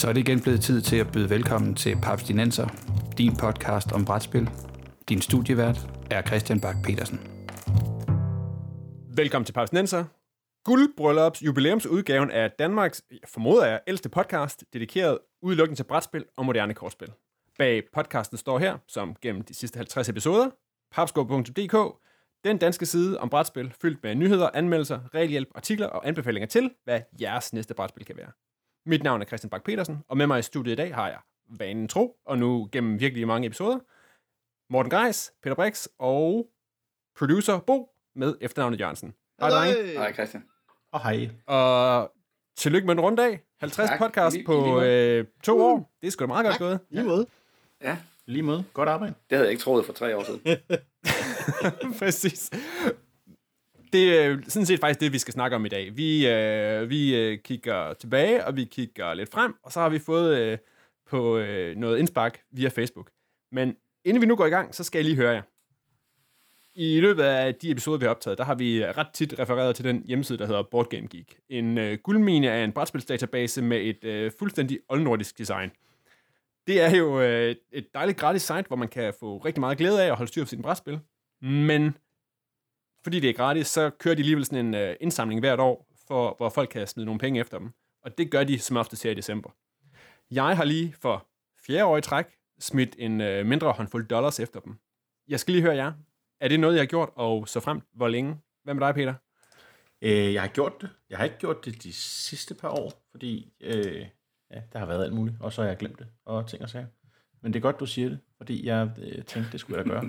Så er det igen blevet tid til at byde velkommen til Papstinenser, din podcast om brætspil. Din studievært er Christian Bak Petersen. Velkommen til Papstinenser, guldbryllups jubilæumsudgaven af Danmarks, formoder jeg, ældste podcast, dedikeret udelukkende til brætspil og moderne kortspil. Bag podcasten står her, som gennem de sidste 50 episoder, papskov.dk, den danske side om brætspil, fyldt med nyheder, anmeldelser, regelhjælp, artikler og anbefalinger til, hvad jeres næste brætspil kan være. Mit navn er Christian Bak Petersen, og med mig i studiet i dag har jeg vanen tro, og nu gennem virkelig mange episoder, Morten Greis, Peter Brix og producer Bo med efternavnet Jørgensen. Hej, drenge. Hej Christian. Og hej. Og tillykke med en runddag. 50 tak. podcast på 2 år. Det er sgu da meget godt gået. Lige måde. Ja, Lige måde. Godt arbejde. det havde jeg ikke troet for 3 år siden. Præcis. Det er sådan set faktisk det, vi skal snakke om i dag. Vi kigger tilbage, og vi kigger lidt frem, og så har vi fået på noget indspark via Facebook. Men inden vi nu går i gang, så skal jeg lige høre jer. I løbet af de episoder, vi har optaget, der har vi ret tit refereret til den hjemmeside, der hedder Board Game Geek. En guldmine af en brætspilsdatabase med et fuldstændig oldnordisk design. Det er jo et dejligt gratis site, hvor man kan få rigtig meget glæde af at holde styr på sine brætspil. Men fordi det er gratis, så kører de alligevel sådan en indsamling hvert år, hvor folk kan smide nogle penge efter dem. Og det gør de som oftest her i december. Jeg har lige for 4. år i træk smidt en mindre håndfuld dollars efter dem. Jeg skal lige høre jer. Er det noget, jeg har gjort, og så frem hvor længe? Hvad med dig, Peter? Jeg har gjort det. Jeg har ikke gjort det de sidste par år, fordi der har været alt muligt, og så har jeg glemt det, og ting og sager. Men det er godt, du siger det, fordi jeg tænkte, det skulle jeg da gøre.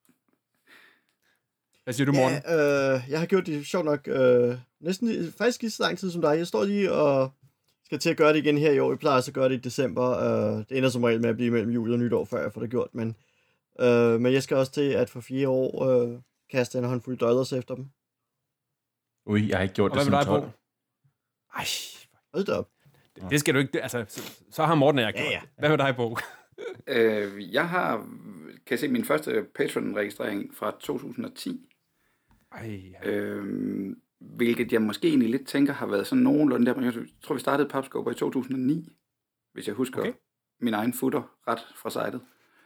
Hvad siger du, Morten? Ja, jeg har gjort det sjovt nok næsten faktisk lige så lang tid som dig. Jeg står lige og skal til at gøre det igen her i år. Jeg plejer altså at gøre det i december. Det ender som regel med at blive mellem jul og nytår, før jeg får det gjort. Men jeg skal også til at for 4 år kaste en håndfuld dollars efter dem. Ui, jeg har ikke gjort Og det hvad med siden dig, 12. Bo? Ej, Hold da op. det skal du ikke. Altså, så har Morten og jeg gjort. Ja. Hvad med dig, Bo? Jeg kan jeg se min første Patreon-registrering fra 2010. Hvilket jeg måske egentlig lidt tænker har været sådan nogenlunde der. Jeg tror, vi startede Papskubber i 2009, hvis jeg husker min egen footer ret fra sitet.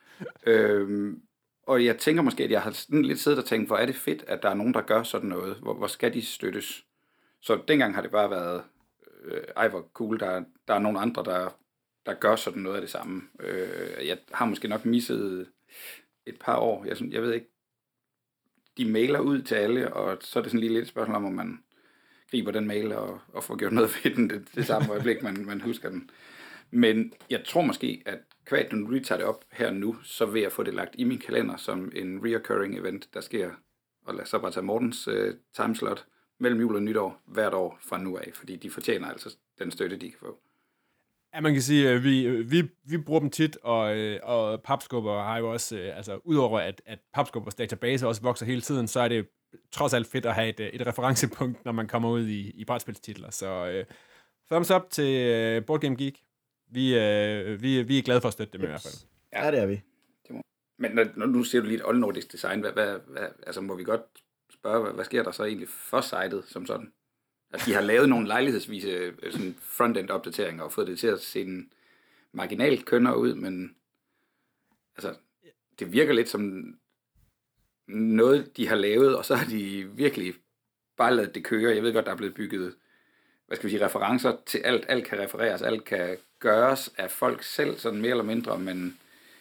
Og jeg tænker måske, at jeg har sådan lidt siddet og tænkt, hvor er det fedt, at der er nogen, der gør sådan noget. Hvor skal de støttes? Så dengang har det bare været, hvor cool, der er nogle andre, der gør sådan noget af det samme. Jeg har måske nok misset et par år. Jeg ved ikke, de mailer ud til alle, og så er det sådan lige lidt et spørgsmål om man griber den mail og får gjort noget ved den det samme øjeblik, man husker den. Men jeg tror måske, at når du lige tager det op her nu, så vil jeg få det lagt i min kalender som en reoccurring event, der sker, og lad os så bare tage Mortens timeslot mellem jul og nytår hvert år fra nu af, fordi de fortjener altså den støtte, de kan få. Ja, man kan sige, at vi bruger dem tit, og Papskubber har jo også, altså udover at Papskubbers database også vokser hele tiden, så er det trods alt fedt at have et referencepunkt, når man kommer ud i brætspilstitler. Så thumbs up til Board Game Geek. Vi er glade for at støtte dem i hvert fald. Ja, det er vi. Men når nu siger du lige et oldnordisk design, altså må vi godt spørge, hvad sker der så egentlig for sitet som sådan? At de har lavet nogle lejlighedsvise front-end opdateringer og fået det til at se en marginalt kønnere ud, men altså, det virker lidt som noget, de har lavet, og så har de virkelig bare ladet det køre. Jeg ved godt, der er blevet bygget, referencer til alt. Alt kan refereres, alt kan gøres af folk selv, sådan mere eller mindre, men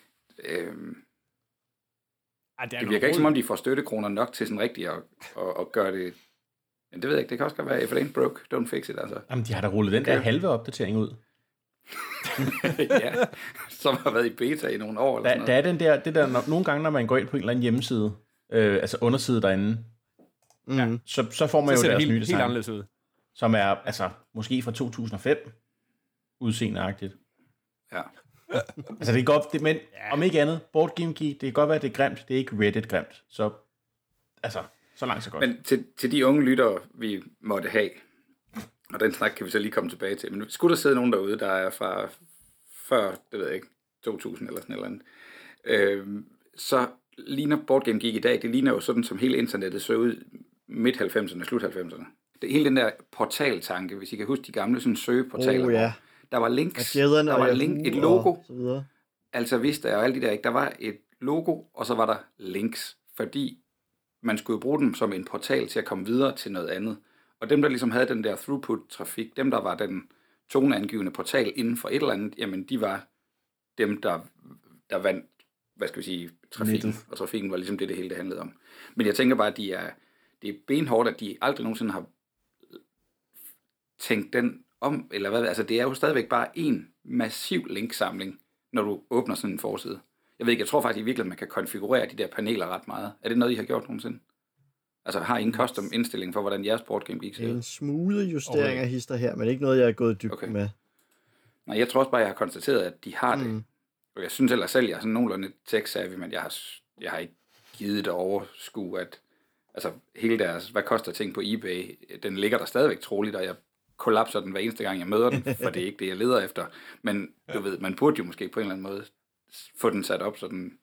det virker ikke som om, de får støttekroner nok til sådan rigtigt at gøre det. Men det ved jeg ikke, det kan også godt være, if it ain't broke, don't fix it, altså. Jamen, de har da rullet den der halve opdatering ud. Ja, som har været i beta i nogle år. Eller sådan Der er den der, det der, nogle gange, når man går ind på en eller anden hjemmeside, altså underside derinde, så får man så jo deres nye helt design, anderledes ud. som er altså måske fra 2005 udseendeagtigt. Ja. Altså det er godt, men om ikke andet, Board Game Geek, det kan godt være, at det er grimt, det er ikke Reddit grimt, så altså, så langt så godt. Men til de unge lyttere, vi måtte have, og den snak kan vi så lige komme tilbage til, men skulle der sidde nogen derude, der er fra før, det ved jeg ikke, 2000 eller sådan et eller andet, så ligner Board Game Geek i dag, det ligner jo sådan, som hele internettet så ud midt-90'erne, slut-90'erne. Det er hele den der portaltanke, hvis I kan huske de gamle sådan søgeportaler, Ja. Der var links, Jæderne der og var Yahoo et logo, og så videre. altså Vista og alle de der, ikke? Der var et logo, og så var der links, fordi man skulle jo bruge dem som en portal til at komme videre til noget andet. Og dem, der ligesom havde den der throughput-trafik, dem, der var den toneangivende portal inden for et eller andet, jamen de var dem, der vandt, hvad skal vi sige, trafikken. Og trafikken var ligesom det hele det handlede om. Men jeg tænker bare, at det er benhårdt, at de aldrig nogensinde har tænkt den om, eller hvad, altså det er jo stadigvæk bare en massiv linksamling, når du åbner sådan en forside. Jeg ved ikke, jeg tror faktisk i virkeligheden, man kan konfigurere de der paneler ret meget. Er det noget, I har gjort nogensinde? Altså har I en custom indstilling for, hvordan jeres boardgame gik ser ud? En smooth justering af hister her, men ikke noget, jeg er gået dybt med. Nej, jeg tror også bare, jeg har konstateret, at de har det. Og jeg synes ellers selv, jeg er sådan nogenlunde tech-savvy, men jeg har ikke givet det overskue, at altså hele deres, hvad koster ting på eBay, den ligger der stadigvæk troligt, og jeg kollapser den hver eneste gang, jeg møder den, for det er ikke det, jeg leder efter. Men du ved, man burde jo måske på en eller anden måde få den sat op, så den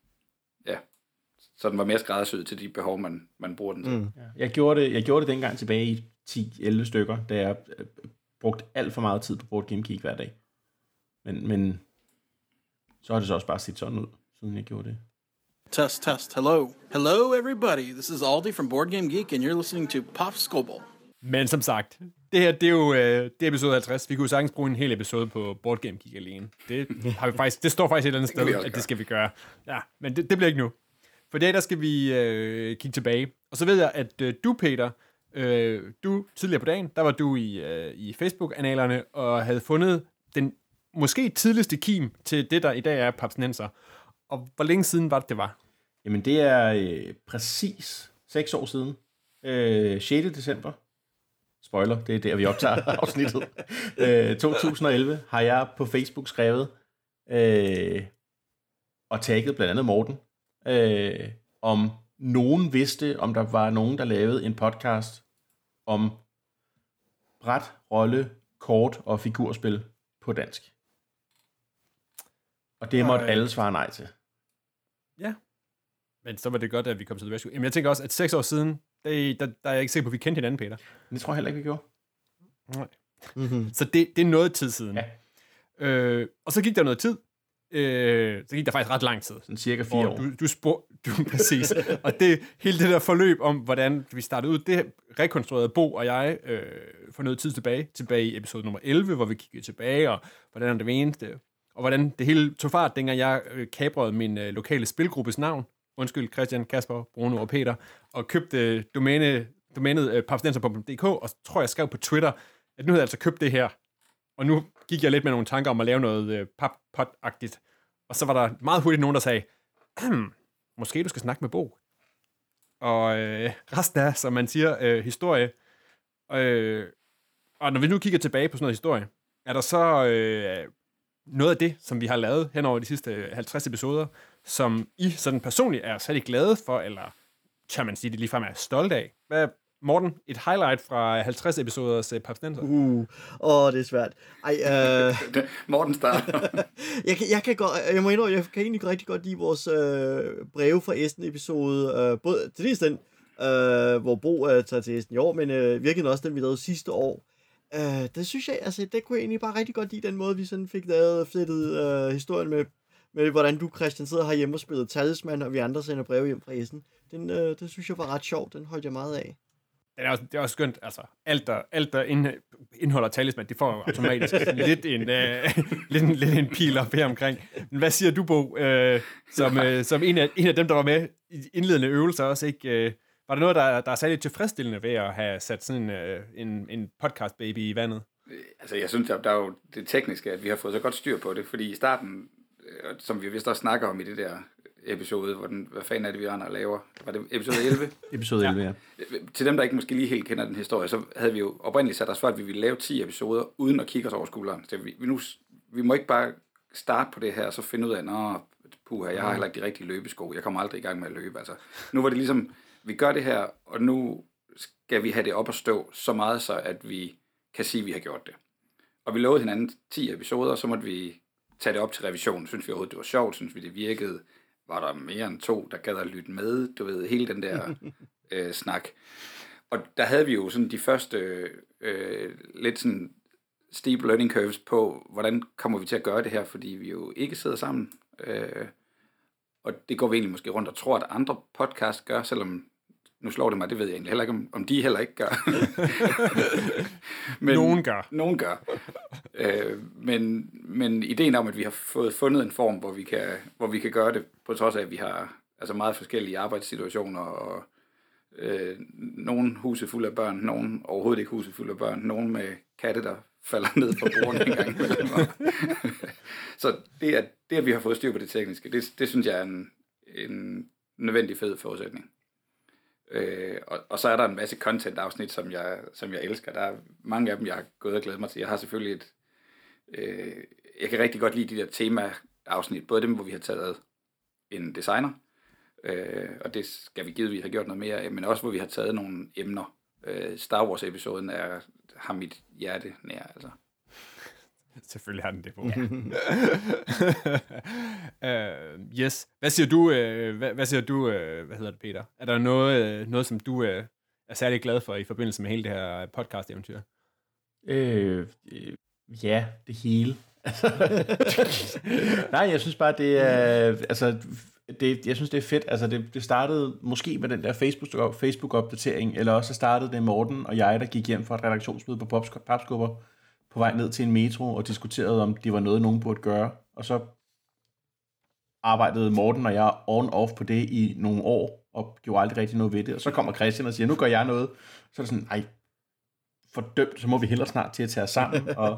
var mere skræddersyet til de behov, man bruger den til. Jeg gjorde det dengang tilbage i 10-11 stykker, da jeg brugte alt for meget tid på Board Game Geek hver dag. Men så har det så også bare set sådan ud, siden jeg gjorde det. Test. Hello, everybody. This is Aldi from Board Game Geek, and you're listening to Pop Scoble. Men som sagt, det her, det er jo det er episode 50. Vi kunne jo sagtens bruge en hel episode på Board Game Geek alene. Det står faktisk et eller andet sted, at det skal vi gøre. Ja, men det bliver ikke nu. For i dag, der skal vi kigge tilbage. Og så ved jeg, at du, Peter, du tidligere på dagen, der var du i Facebook-analerne og havde fundet den måske tidligste kim til det, der i dag er Papsnenser. Og hvor længe siden var det var? Jamen, det er præcis 6 år siden. 6. december. Spoiler, det er der, vi optager afsnittet. 2011 har jeg på Facebook skrevet og tagget blandt andet Morten, om nogen vidste, om der var nogen, der lavede en podcast om bræt, rolle, kort og figurspil på dansk. Og det måtte alle svare nej til. Ja. Men så var det godt, at vi kom til det værsgo. Jamen, jeg tænker også, at 6 år siden, der er jeg ikke sikker på, at vi kendte hinanden, Peter. Det tror jeg heller ikke, vi gjorde. Nej. Så det er noget tid siden. Ja. Og så gik der noget tid. Så gik der faktisk ret lang tid. Sådan cirka 4 år. Du præcis. Og hele det der forløb om, hvordan vi startede ud, det rekonstruerede Bo og jeg for noget tid tilbage i episode nummer 11, hvor vi kiggede tilbage, og hvordan det var eneste, og hvordan det hele tog fart, dengang jeg kabrede min lokale spilgruppes navn, undskyld, Christian, Kasper, Bruno og Peter, og købte domænet papsnenser.dk, og så tror jeg skrev på Twitter, at nu havde jeg altså købt det her. Og nu gik jeg lidt med nogle tanker om at lave noget pap-pot-agtigt. Og så var der meget hurtigt nogen, der sagde, måske du skal snakke med Bo. Og resten er, som man siger, historie. Og når vi nu kigger tilbage på sådan noget historie, er der så noget af det, som vi har lavet hen over de sidste 50 episoder, som I sådan personligt er særlig glade for, eller tør man sige, det ligefrem er stolt af? Hvad, Morten, et highlight fra 50 episoders Papsnenser? Det er svært. Morten starter. jeg må indrømme, jeg kan egentlig rigtig godt lide vores breve fra Esten-episode, både til dels den, hvor Bo tager til Esten i år, men virkelig også den, vi lavede sidste år. Det synes jeg, altså, det kunne jeg egentlig bare rigtig godt lide, den måde, vi sådan fik lavet flettet historien med, hvordan du, Christian, sidder herhjemme og spiller Talisman, og vi andre sender breve hjem fra Esten. Det synes jeg var ret sjovt, den holdt jeg meget af. Det er også skønt, altså. Alt der indeholder Talisman, det får jo automatisk lidt en pil op her omkring. Men hvad siger du, Bo, som en af dem, der var med i indledende øvelser også, ikke? Var der noget, der er særligt tilfredsstillende ved at have sat sådan en podcast-baby i vandet? Altså, jeg synes, der er jo det tekniske, at vi har fået så godt styr på det, fordi i starten, som vi vist også snakker om i det der episode, hvad fanden er det, vi andre laver? Var det episode 11? Episode 11, ja. Til dem, der ikke måske lige helt kender den historie, så havde vi jo oprindeligt sat os for, at vi ville lave 10 episoder, uden at kigge os over skulderen. Så vi må ikke bare starte på det her, og så finde ud af, jeg har heller ikke de rigtige løbesko, jeg kommer aldrig i gang med at løbe. Altså, nu var det ligesom, vi gør det her, og nu skal vi have det op at stå så meget, så at vi kan sige, at vi har gjort det. Og vi lovede hinanden 10 episoder, og så måtte vi tage det op til revision. Synes vi overhovedet, det var sjovt? Synes vi, det virkede? Var der mere end 2, der gad at lytte med? Du ved, hele den der snak. Og der havde vi jo sådan de første lidt sådan steep learning curves på, hvordan kommer vi til at gøre det her, fordi vi jo ikke sidder sammen. Og det går vi egentlig måske rundt og tror, at andre podcast gør, selvom nu slår det mig, det ved jeg egentlig heller ikke, om de heller ikke gør. Men, Nogen gør. Men ideen om, at vi har fået fundet en form, hvor vi kan gøre det, på trods af, at vi har altså meget forskellige arbejdssituationer, og nogle huse fulde af børn, nogle overhovedet ikke huse fulde af børn, nogle med katte, der falder ned fra bordene en gang imellem. Så det, at vi har fået styr på det tekniske, det synes jeg er en nødvendig fed forudsætning. Og så er der en masse content-afsnit, som jeg elsker. Der er mange af dem, jeg har gået og glædet mig til. Jeg har selvfølgelig jeg kan rigtig godt lide de der tema-afsnit, både dem, hvor vi har taget en designer, og det skal vi givetvis have gjort noget mere af, men også hvor vi har taget nogle emner. Star Wars-episoden har mit hjerte nær, altså. Selvfølgelig har den det på. Yes. Hvad siger du, hvad hedder det, Peter? Er der noget som du er særlig glad for i forbindelse med hele det her podcast-eventyr? Ja, det hele. Nej, jeg synes bare, det er... Altså, jeg synes, det er fedt. Altså, det startede måske med den der Facebook-opdatering, eller også startede det Morten og jeg, der gik hjem fra et redaktionsmøde på Papskubber, på vej ned til en metro og diskuterede, om det var noget, nogen burde gøre. Og så arbejdede Morten og jeg on-off på det i nogle år, og gjorde aldrig rigtig noget ved det. Og så kommer Christian og siger, nu gør jeg noget. Så er det sådan, ej, fordømt, så må vi hellere snart til at tage os sammen. Og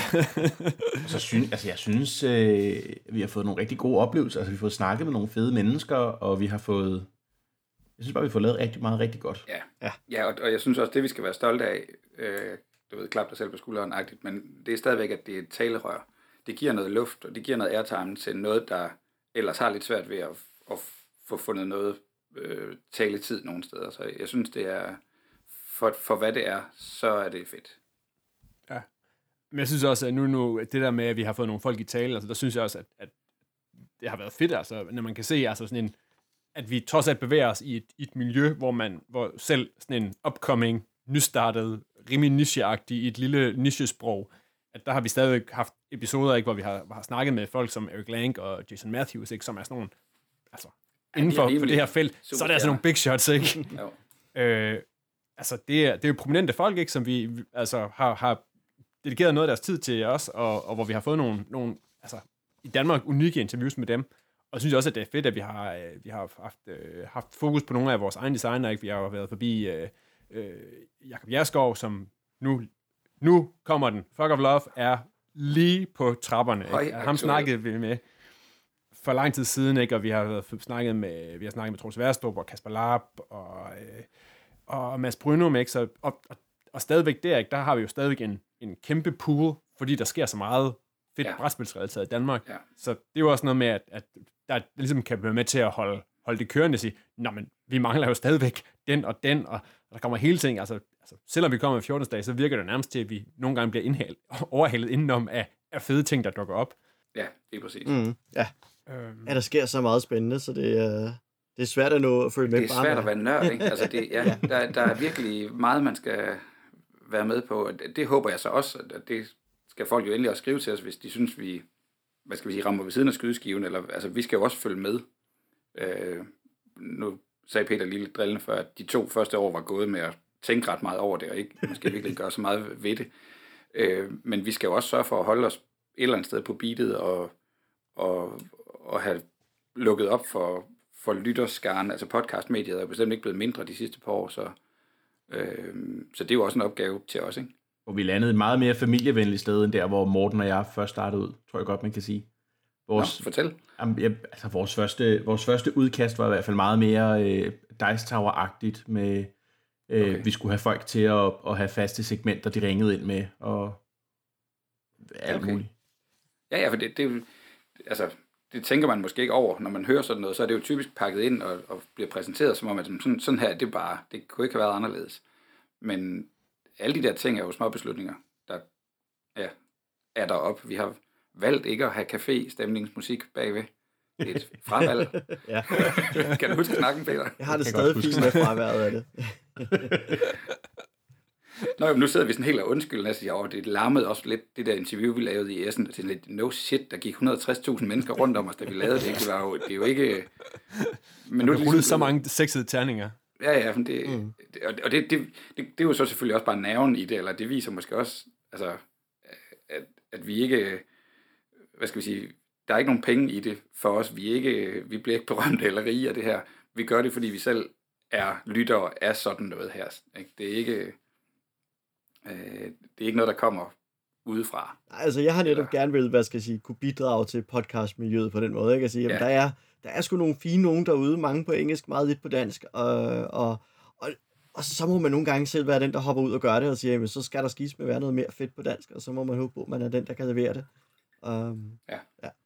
så jeg synes, vi har fået nogle rigtig gode oplevelser. Altså, vi har fået snakket med nogle fede mennesker, og vi har fået... Jeg synes bare, vi har fået lavet rigtig meget rigtig godt. Ja, og jeg synes også, det vi skal være stolte af, du ved, klap dig selv på skulderen-agtigt, men det er stadigvæk, at det er et talerør. Det giver noget luft, og det giver noget airtime til noget, der ellers har lidt svært ved at få fundet noget taletid nogle steder. Så jeg synes, det er, for hvad det er, så er det fedt. Ja, men jeg synes også, at nu det der med, at vi har fået nogle folk i tale, altså der synes jeg også, at det har været fedt, altså, når man kan se, altså sådan en, at vi trods alt bevæger os i et miljø, hvor selv sådan en upcoming, nystartet, rimelig nicheagtig i et lille nichesprog, at der har vi stadig haft episoder, ikke, hvor vi har snakket med folk som Eric Lang og Jason Matthews, ikke, som er sådan nogle, altså, inden for det her felt, så er der altså nogle big shots, ikke? Altså, det er jo prominente folk, ikke, som vi altså har dedikeret noget af deres tid til os, og hvor vi har fået nogle altså, i Danmark unikke interviews med dem. Og jeg synes også, at det er fedt, at vi har haft fokus på nogle af vores egne designer, ikke? Vi har jo været forbi Jakob Jerskov, som nu kommer den. Fuck of Love er lige på trapperne. Ikke? Ham snakkede vi med for lang tid siden, ikke? Og vi har snakket med Troels Værstrup og Kasper Larp og Mads Brynum, ikke? Så, og stadigvæk der, ikke? Der har vi jo stadigvæk en kæmpe pool, fordi der sker så meget fedt brætspilsrelateret i Danmark. Ja. Så det er jo også noget med, at der ligesom kan være med til at holde det kørende og sige, nå, men vi mangler jo stadigvæk den, og der kommer hele ting. Altså, selvom vi kommer med 14. dag, så virker det nærmest til, at vi nogle gange bliver overhalet indenom af fede ting, der dukker op. Ja, det er præcis. Ja. Ja, der sker så meget spændende, så det er svært at nå at følge med. Det er svært at være nørd, ikke? Altså der er virkelig meget, man skal være med på. Det håber jeg så også, at det skal folk jo endelig også skrive til os, hvis de synes, vi rammer ved siden af skydeskiven, eller altså, vi skal jo også følge med. Nu sagde Peter lige lidt drillende før, at de 2 første år var gået med at tænke ret meget over det, og ikke måske virkelig gøre så meget ved det. Men vi skal jo også sørge for at holde os et eller andet sted på beatet, og have lukket op for lytterskaren. Altså podcastmediet er bestemt ikke blevet mindre de sidste par år, så det er jo også en opgave til os, ikke? Og vi landede et meget mere familievenligt sted, end der, hvor Morten og jeg først startede ud, tror jeg godt, man kan sige. Fortæl. Altså, vores første udkast var i hvert fald meget mere Dice Tower-agtigt, med vi skulle have folk til at have faste segmenter, de ringede ind med, og alt muligt. Ja, for det altså, det tænker man måske ikke over, når man hører sådan noget, så er det jo typisk pakket ind og bliver præsenteret som om, at sådan her, det kunne ikke have været anderledes. Men alle de der ting er jo små beslutninger, der er deroppe. Vi har valgt ikke at have café-stemningsmusik bagved. Det er et fravalg. Ja. Kan du huske snakken, Peter? Jeg har det stadig fint med fraværet af det. Nå, men nu sidder vi sådan helt og undskyld, og siger, det larmede også lidt, det der interview, vi lavede i Essen, og til lidt, no shit, der gik 160.000 mennesker rundt om os, da vi lavede det. Det er jo ikke... Men nu er det ligesom så mange sexede terninger. Ja, men det er jo så selvfølgelig også bare nerven i det, eller det viser måske også, altså, at vi ikke, hvad skal vi sige, der er ikke nogen penge i det for os. Vi bliver ikke berømte eller rige af det her. Vi gør det, fordi vi selv er lyttere af sådan noget her. Ikke? Det er ikke noget, der kommer udefra. Altså, jeg har netop gerne vil, kunne bidrage til podcastmiljøet på den måde. Ikke? At sige, jamen, der er sgu nogle fine nogen derude, mange på engelsk, meget lidt på dansk, og så må man nogle gange selv være den, der hopper ud og gør det, og siger, jamen, så skal der skis med være noget mere fedt på dansk, og så må man håbe på, at man er den, der kan levere det. Ja.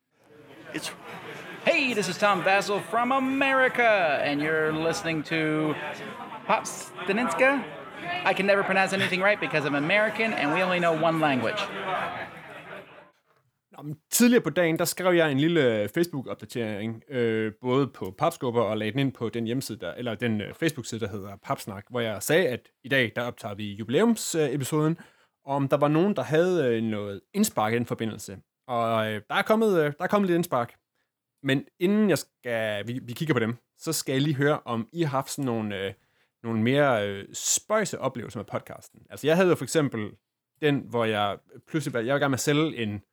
Hey, this is Tom Vassell from America, and you're listening to Popstinenska. I can never pronounce anything right because I'm American, and we only know one language. Tidligere på dagen, der skrev jeg en lille Facebook-opdatering, både på Papskubber og lagde den ind på den hjemmeside, eller den Facebook-side, der hedder Papsnak, hvor jeg sagde, at i dag, der optager vi jubilæumsepisoden, om der var nogen, der havde noget indspark i den forbindelse. Og der er kommet lidt indspark. Men inden vi kigger på dem, så skal jeg lige høre, om I har haft sådan nogle mere spøjse oplevelser med podcasten. Altså jeg havde jo for eksempel den, hvor jeg pludselig var i gang med at sælge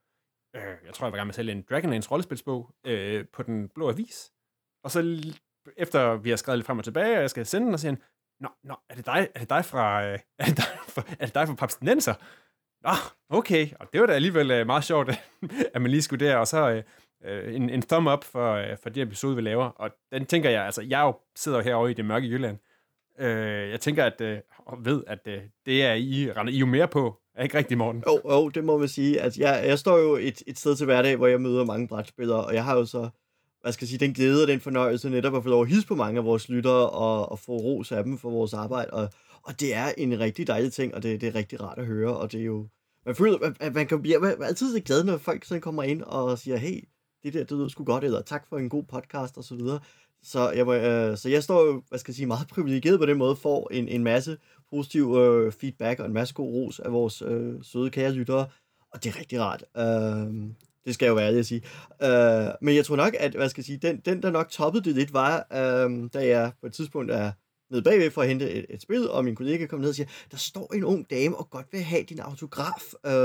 en Dragonlance rollespilsbog på Den Blå Avis. Og så efter vi har skrevet lidt frem og tilbage, og jeg skal sende den, og siger nå, er det dig fra Papstinenser? Nå, okay. Og det var da alligevel meget sjovt, at man lige skulle der, og så en thumb up for de episode, vi laver. Og den tænker jeg, altså jeg sidder jo herovre i det mørke Jylland. Jeg tænker, og ved, at det er render I jo mere på. Er ikke rigtigt, Morten? Jo, det må man sige. Altså, jeg står jo et sted til hverdag, hvor jeg møder mange brætspillere, og jeg har jo så, den glæde og den fornøjelse netop at få lov at hilse på mange af vores lyttere og få ros af dem for vores arbejde, og det er en rigtig dejlig ting, og det er rigtig rart at høre, og det er jo, man føler, at man kan blive altid så glad, når folk sådan kommer ind og siger, hey, det lyder sgu godt, eller tak for en god podcast, og så videre. Så jeg står jo, meget privilegeret på den måde, får en masse positiv feedback og en masse god ros af vores søde kære lyttere, og det er rigtig rart. Det skal jeg jo være ærlig at sige. Men jeg tror nok, at den der nok toppede det lidt, var, da jeg på et tidspunkt er nede bagved for at hente et spil, og min kollega kom ned og siger, der står en ung dame og godt vil have din autograf.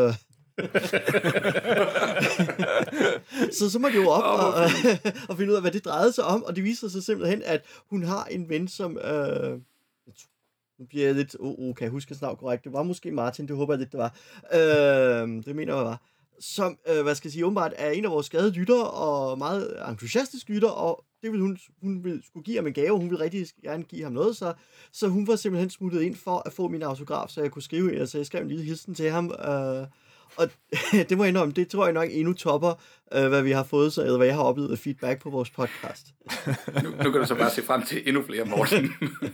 så må det jo op og finde ud af, hvad det drejede sig om, og det viser sig simpelthen, at hun har en ven, som nu bliver jeg lidt, kan jeg huske snart korrekt, det var måske Martin, det håber jeg lidt, det var, det mener jeg var, som, åbenbart er en af vores skadede lyttere, og meget entusiastisk lytter, og det vil hun vil skulle give ham en gave, hun vil rigtig gerne give ham noget, så hun var simpelthen smuttet ind for at få min autograf, så jeg kunne skrive, altså jeg skrev en lille hilsen til ham, og det må jeg indrømme, det tror jeg nok endnu topper, hvad vi har fået, eller hvad jeg har oplevet af feedback på vores podcast. Nu kan du så bare se frem til endnu flere, Morten.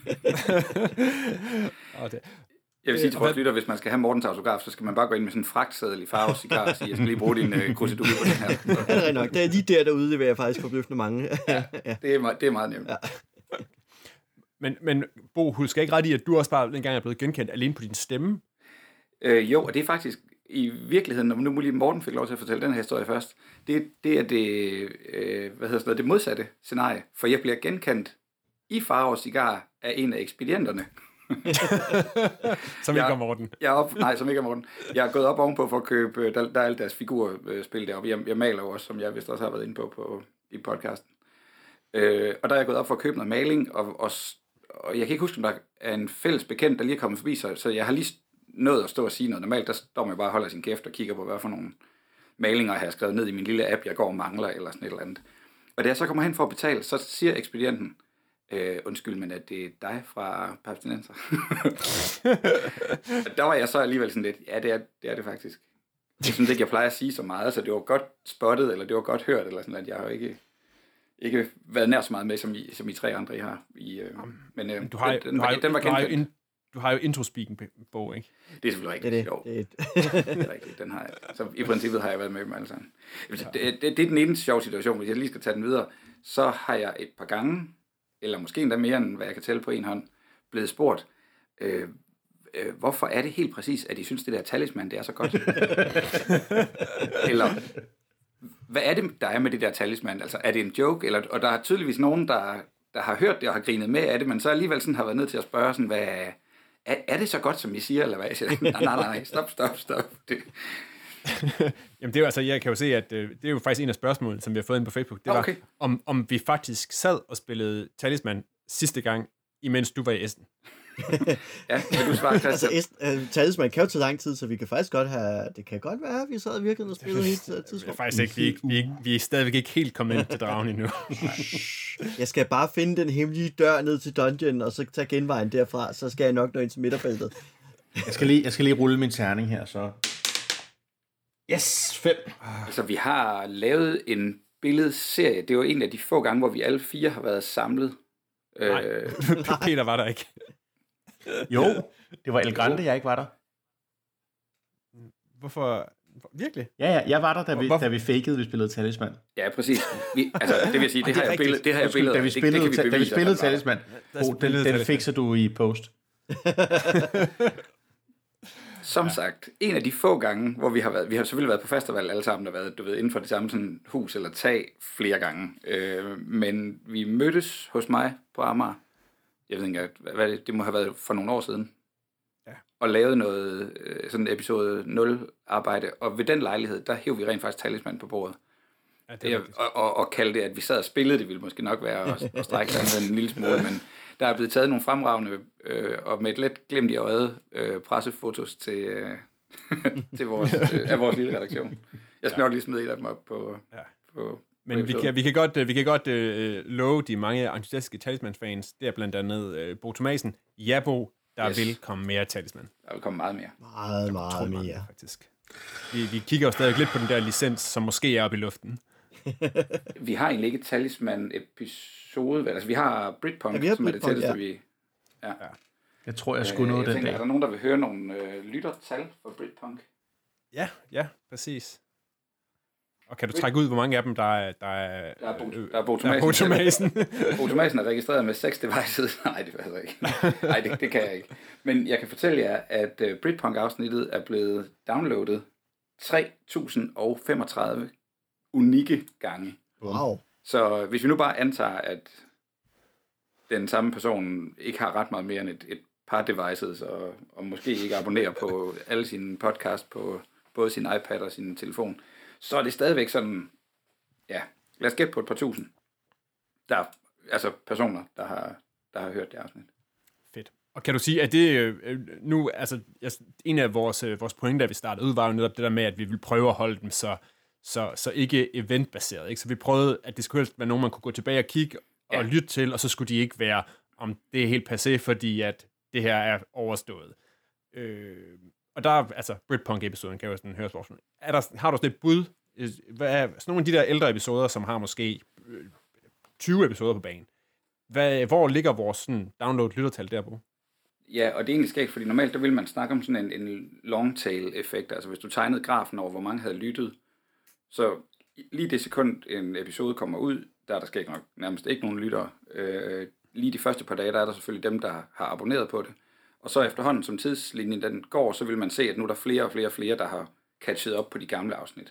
Jeg vil sige til vores lytter, hvis man skal have Mortens autograf, så skal man bare gå ind med sådan en fragtseddel i Farve Cigar og sige, jeg skal lige bruge din krusedulle på den her. Ja, det er nok. Det er lige derude, det vil jeg faktisk forbløffende mange. Ja. Det er meget nemt. Ja. Men Bo, husk ikke ret i, at du også bare dengang er blevet genkendt alene på din stemme? Jo, og det er faktisk i virkeligheden, når nu må lige Morten fik lov til at fortælle den her historie først, det er det modsatte scenarie, for jeg bliver genkendt i Farve Cigar af en af ekspedienterne. Som ikke er Morten. Som ikke er Morten. Jeg er gået op ovenpå for at købe, der er alle deres figurspil deroppe. Jeg maler jo også, som jeg vist også har været inde på i podcasten. Og der er jeg gået op for at købe noget maling, og jeg kan ikke huske, om der er en fælles bekendt, der lige er kommet forbi, så jeg har lige nået at stå og sige noget. Normalt, der står man bare og holder sin kæft og kigger på, hvad for nogle malinger jeg har skrevet ned i min lille app, jeg går og mangler, eller sådan et eller andet. Og da jeg så kommer hen for at betale, så siger ekspedienten, undskyld, men at det er dig fra Papstinenser. Der var jeg så alligevel sådan lidt, ja, det er det faktisk. Jeg synes ikke, jeg plejer at sige så meget, så det var godt spottet, eller det var godt hørt, eller sådan, at jeg har jo ikke været nær så meget med, som I tre andre I har. Men den var kendt. Du har jo introspeaking bog, ikke? Det er selvfølgelig rigtigt. Det er rigtigt. Den har jeg. Så i princippet har jeg været med dem alle sammen. Det er den ene sjove situation. Hvis jeg lige skal tage den videre, så har jeg et par gange, eller måske endda mere end hvad jeg kan tælle på en hånd, blevet spurgt, hvorfor er det helt præcis, at I synes, det der talisman, det er så godt? Eller, hvad er det, der er med det der talisman? Altså, er det en joke? Eller, og der er tydeligvis nogen, der har hørt det og har grinet med af det, men så alligevel sådan har været nødt til at spørge sådan, hvad... Er det så godt, som I siger, eller hvad? Jeg siger, nej, stop. Det. Jamen det er jo altså, jeg kan jo se, at det er jo faktisk en af spørgsmålene, som vi har fået ind på Facebook. Det var, om vi faktisk sad og spillede Talisman sidste gang, imens du var i Essen. Ja, vil du svare, Christian? Altså, Talisman kan jo tage lang tid, så vi kan faktisk godt have... Det kan godt være, at vi sad virkelig og spillede hele tidspunkt. Det er faktisk ikke, vi er stadigvæk ikke helt kommet ind til dragen endnu. Jeg skal bare finde den hemmelige dør ned til dungeon, og så tage genvejen derfra, så skal jeg nok nå ind til midterfeltet. Jeg skal lige rulle min terning her, så... Yes, 5. Altså, vi har lavet en billedserie. Det er jo en af de få gange, hvor vi alle 4 har været samlet. Nej, Peter var der ikke. Jo, det var El Grande, jeg ikke var der. Hvorfor? Virkelig? Ja, jeg var der, da vi fakede, vi spillede Talisman. Ja, præcis. Det vil sige, det har jeg billeder. Da vi spillede Talisman. Den fikser du i post. Som sagt, en af de få gange, hvor vi har selvfølgelig været på festival alle sammen, og været, inden for det samme sådan hus eller tag flere gange. Men vi mødtes hos mig på Amager. Jeg ved ikke, hvad det må have været for nogle år siden. Ja. Og lavede noget sådan episode 0 arbejde. Og ved den lejlighed, der hævde vi rent faktisk Talisman på bordet. Ja, og kaldte det, at vi sad og spillede, det ville måske nok være at strække sig en lille smule, men der er blevet taget nogle fremragende og med et let glimt i øjet pressefotos til af vores lille redaktion. Jeg skal nok lige smide et af dem op på men vi kan godt love de mange entusiastiske Talisman-fans, det er blandt andet Bo Thomasen, Bo, der vil komme mere Talisman. Der vil komme meget mere. Meget mere. Faktisk. Vi kigger jo stadig lidt på den der licens, som måske er oppe i luften. Vi har egentlig ikke et Talisman-episode. Altså, vi har Britpunk, som er det tætteste, vi... Ja. Jeg tror, jeg skulle noget den dag. Er der nogen, der vil høre nogle lyttertal for Britpunk? Ja, præcis. Og kan du trække ud, hvor mange af dem, der er Bo Thomasen. Bo Thomasen er registreret med 6 devices. Nej, det passer ikke. Nej, det kan jeg ikke. Men jeg kan fortælle jer, at Britpunk-afsnittet er blevet downloadet 3035 unikke gange. Wow. Så hvis vi nu bare antager, at den samme person ikke har ret meget mere end et par devices, og måske ikke abonnerer på alle sine podcasts på både sin iPad og sin telefon, så er det stadigvæk sådan, ja, lad os gætte på et par tusind. Der er altså personer, der har hørt det afsnit. Fedt. Og kan du sige, at det nu, altså en af vores pointer, da vi startede ud, var jo netop det der med, at vi ville prøve at holde dem så ikke eventbaseret, ikke? Så vi prøvede, at det skulle helst være nogen, man kunne gå tilbage og kigge og lytte til, og så skulle de ikke være, om det er helt passé, fordi at det her er overstået. Og der er, altså, Britpunk-episoden kan jo sådan høres vores. Har du sådan et bud? Sådan nogle af de der ældre episoder, som har måske 20 episoder på banen. Hvor ligger vores sådan, download-lyttertal der på? Ja, og det er egentlig skægt, fordi normalt der vil man snakke om sådan en long tail-effekt. Altså hvis du tegnede grafen over, hvor mange havde lyttet, så lige det sekund, en episode kommer ud, der er der skægt nok nærmest ikke nogen lyttere. Lige de første par dage, der er der selvfølgelig dem, der har abonneret på det. Og så efterhånden, som tidslinjen den går, så vil man se, at nu er der flere og flere, der har catchet op på de gamle afsnit.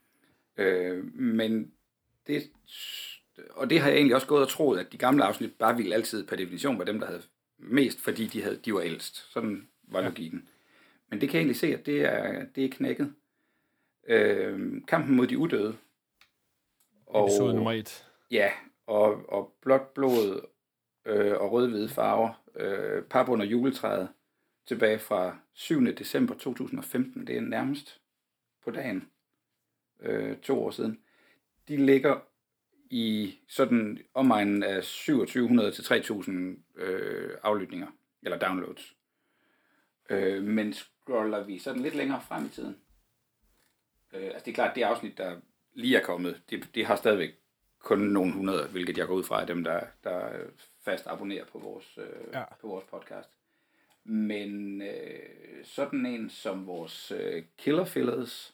Men det har jeg egentlig også gået og troet, at de gamle afsnit bare ville altid per definition være dem, der havde mest, fordi de var ældst. Sådan var logikken. Men det kan jeg egentlig se, at det er knækket. Kampen mod de udøde. Episode nummer 1. Ja, og blåt blod og rød-hvide farver. Pap under juletræet tilbage fra 7. december 2015. Det er nærmest på dagen. 2 år siden. De ligger i sådan omegnen af 2700 til 3000 aflytninger, eller downloads. Men scroller vi sådan lidt længere frem i tiden. Altså det er klart, det afsnit, der lige er kommet, det har stadigvæk kun nogle 100, hvilket jeg går ud fra af dem, der fast abonnerer på vores podcast. Men sådan en som vores Killer Fillers,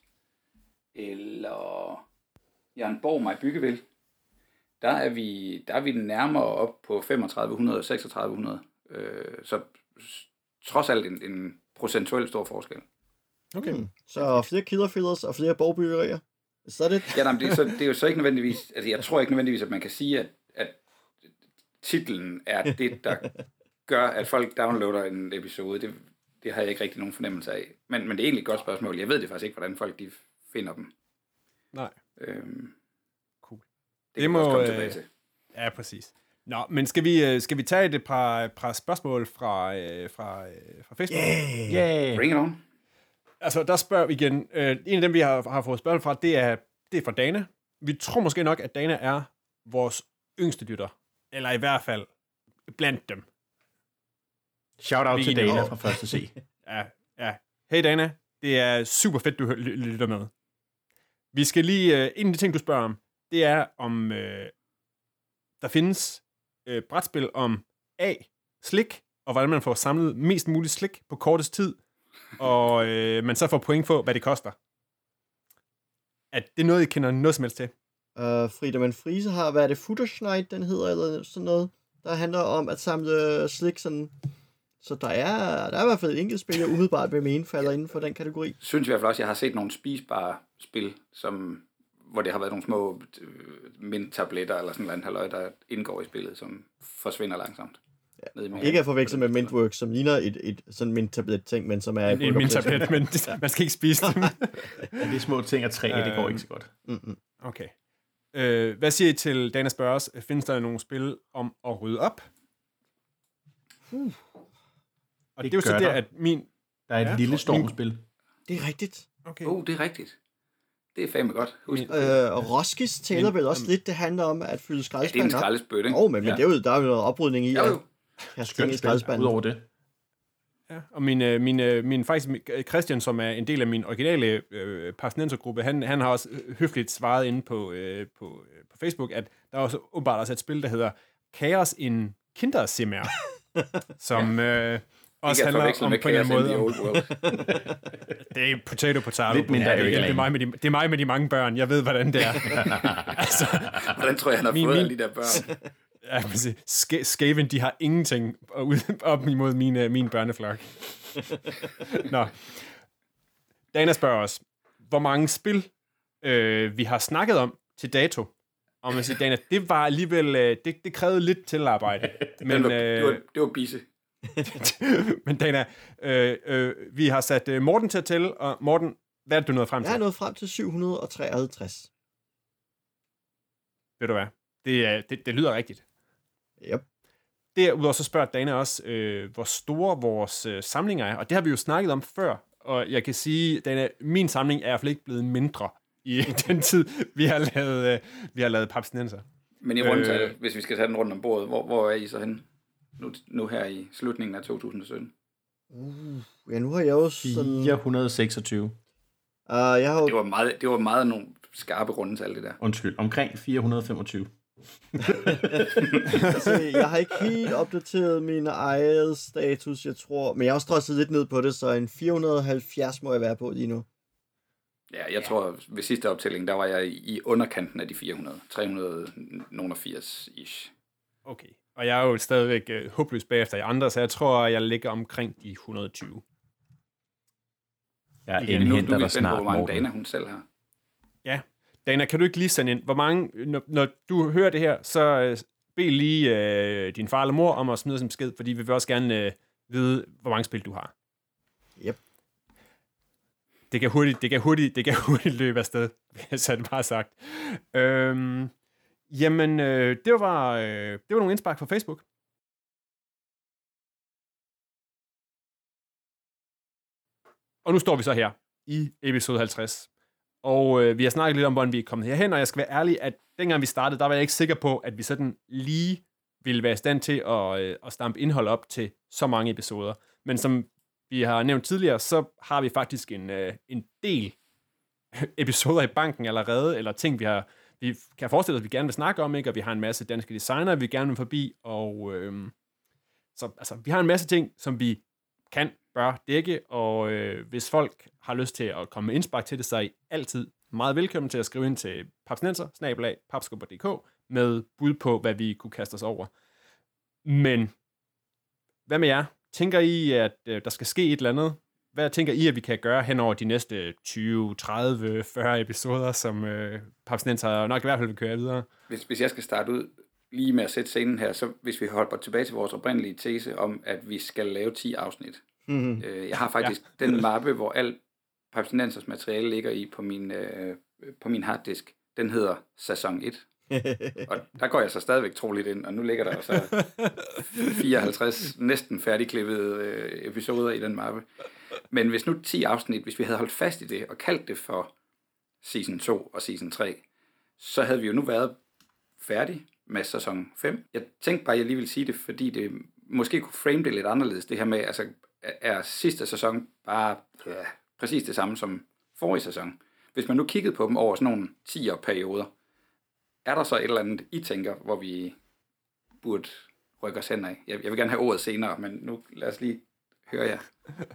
eller Jørgen Borg mig byggevel, der er vi nærmere op på 3500 og 3600. Så trods alt en procentuelt stor forskel. Okay. Så flere killerfillers og flere borgbyggerier. Så er det. Ja, nej, det er jo så ikke nødvendigvis, altså jeg tror ikke nødvendigvis, at man kan sige, at titlen er det, der gør, at folk downloader en episode. Det har jeg ikke rigtig nogen fornemmelse af. Men det er egentlig et godt spørgsmål. Jeg ved det faktisk ikke, hvordan folk de finder dem. Nej. Cool. Det kan må også komme tilbage til. Ja, præcis. Nå, men skal vi tage et par spørgsmål fra Facebook? Yeah. Bring it on. Altså, der spørger vi igen. En af dem, vi har fået spørgsmål fra, det er fra Dana. Vi tror måske nok, at Dana er vores yngste lytter. Eller i hvert fald blandt dem. Shout out til Dana fra første C. Ja. Hey Dana, det er super fedt, du lytter med. Vi skal lige... en af de ting, du spørger om, det er om der findes brætspil om slik, og hvordan man får samlet mest muligt slik på kortest tid, og man så får point på, hvad det koster. Er det noget, I kender noget som helst til? Friedemann Friese har, hvad er det, Futterschneid, den hedder, eller sådan noget, der handler om at samle slik sådan. Så der er i hvert fald et enkelt spil, jeg umiddelbart vil mene falder inden for den kategori. Synes i hvert fald også, jeg har set nogle spisbare spil, hvor det har været nogle små minttabletter eller sådan en halløj, der indgår i spillet, som forsvinder langsomt. Ja. Ikke at forveksle med Mintworks, som ligner et sådan minttablet-ting, men som er... En minttablet, men man skal ikke spise dem. Ja, de små ting af træ, det går ikke så godt. Okay. Hvad siger I til Dana spørges? Findes der nogle spil om at rydde op? Og det er jo så det, at der er et lille stormspil. Det er rigtigt. Okay. Det er rigtigt. Det er fandme godt. Og Roskis tæller vel også lidt, det handler om at fylde skraldespanden op. Det er en skraldespøt, ikke? Men det er jo, der er jo noget oprydning i at kaste ting i skraldespanden. Udover det. Ja, og min faktisk Christian, som er en del af min originale Parsnenser-gruppe, han har også høfligt svaret inde på Facebook, at der er også åbenbart også et spil, der hedder Chaos in Kinderzimmer, som også handler om på en eller anden måde. Det er potato. Lidt mindre det er mig med de mange børn. Jeg ved, hvordan det er. Altså, hvordan tror jeg, han har fået alle de der børn? Ja, Skaven, de har ingenting op imod min børneflok. Nå. Dana spørger os, hvor mange spil vi har snakket om til dato. Og man siger, Dana, det var alligevel, det krævede lidt tilarbejde. Men, det var bisse. Men Dana, vi har sat Morten til at tælle, og Morten, hvad er det, du nåede frem til? Jeg er nået frem til 753. Ved du hvad? Det lyder rigtigt. Yep. Derudover så spørger Dana også, hvor store vores samlinger er, og det har vi jo snakket om før, og jeg kan sige, Dana, min samling er i hvert fald ikke blevet mindre i den tid, vi har lavet Papsnenser. Men i rundt, hvis vi skal tage den rundt om bordet, hvor er I så henne? Nu her i slutningen af 2017? Ja, nu har jeg jo sådan... 426. Jeg har jo... Det var meget nogle skarpe rundetal, det der. Undskyld, omkring 425. Altså, jeg har ikke helt opdateret min eget status, jeg tror, men jeg har også drosset lidt ned på det, så en 470 må jeg være på lige nu. Ja, jeg tror, ved sidste optælling, der var jeg i underkanten af de 400. 380-ish. Okay, og jeg er jo stadigvæk håbløs bagefter i andre, så jeg tror, jeg ligger omkring de 120. Ja, indhenter der snart, hvor mange Dana hun selv har. Ja. Dana, kan du ikke lige sende ind, hvor mange, når du hører det her, så bed lige din far eller mor om at smide som besked, fordi vi vil også gerne vide, hvor mange spil du har. Yep. Det kan hurtigt løbe afsted, så er det bare sagt. Jamen, det var nogle indspark fra Facebook. Og nu står vi så her i episode 50. Og vi har snakket lidt om, hvordan vi er kommet herhen, og jeg skal være ærlig, at dengang vi startede, der var jeg ikke sikker på, at vi sådan lige ville være i stand til at stampe indhold op til så mange episoder. Men som vi har nævnt tidligere, så har vi faktisk en del episoder i banken allerede, eller ting, vi kan forestille os, at vi gerne vil snakke om, ikke? Og vi har en masse danske designere, vi gerne vil forbi, og så altså, vi har en masse ting, som vi bør dække, og hvis folk har lyst til at komme med indspark til det, så er I altid meget velkommen til at skrive ind til papsnenser@papskubber.dk med bud på, hvad vi kunne kaste os over. Men hvad med jer? tænker I, at der skal ske et eller andet? Hvad tænker I, at vi kan gøre hen over de næste 20, 30, 40 episoder, som Papsnenser nok i hvert fald vil køre videre? Hvis jeg skal starte ud lige med at sætte scenen her, så hvis vi holder tilbage til vores oprindelige tese om, at vi skal lave 10 afsnit. Mhm. Jeg har faktisk den mappe, hvor alt Papsnensers materiale ligger i på min harddisk. Den hedder Sæson 1. Og der går jeg så stadigvæk troligt ind, og nu ligger der jo så 54 næsten færdigklippede episoder i den mappe. Men hvis nu 10 afsnit, hvis vi havde holdt fast i det og kaldt det for Season 2 og Season 3, så havde vi jo nu været færdige med sæson 5. Jeg tænkte bare, at jeg lige ville sige det, fordi det måske kunne frame det lidt anderledes. Det her med, altså er sidste sæson bare præcis det samme som forrige sæson. Hvis man nu kiggede på dem over sådan nogle 10'er perioder, er der så et eller andet, I tænker, hvor vi burde rykke os hen af? Jeg vil gerne have ordet senere, men nu lad os lige høre jer.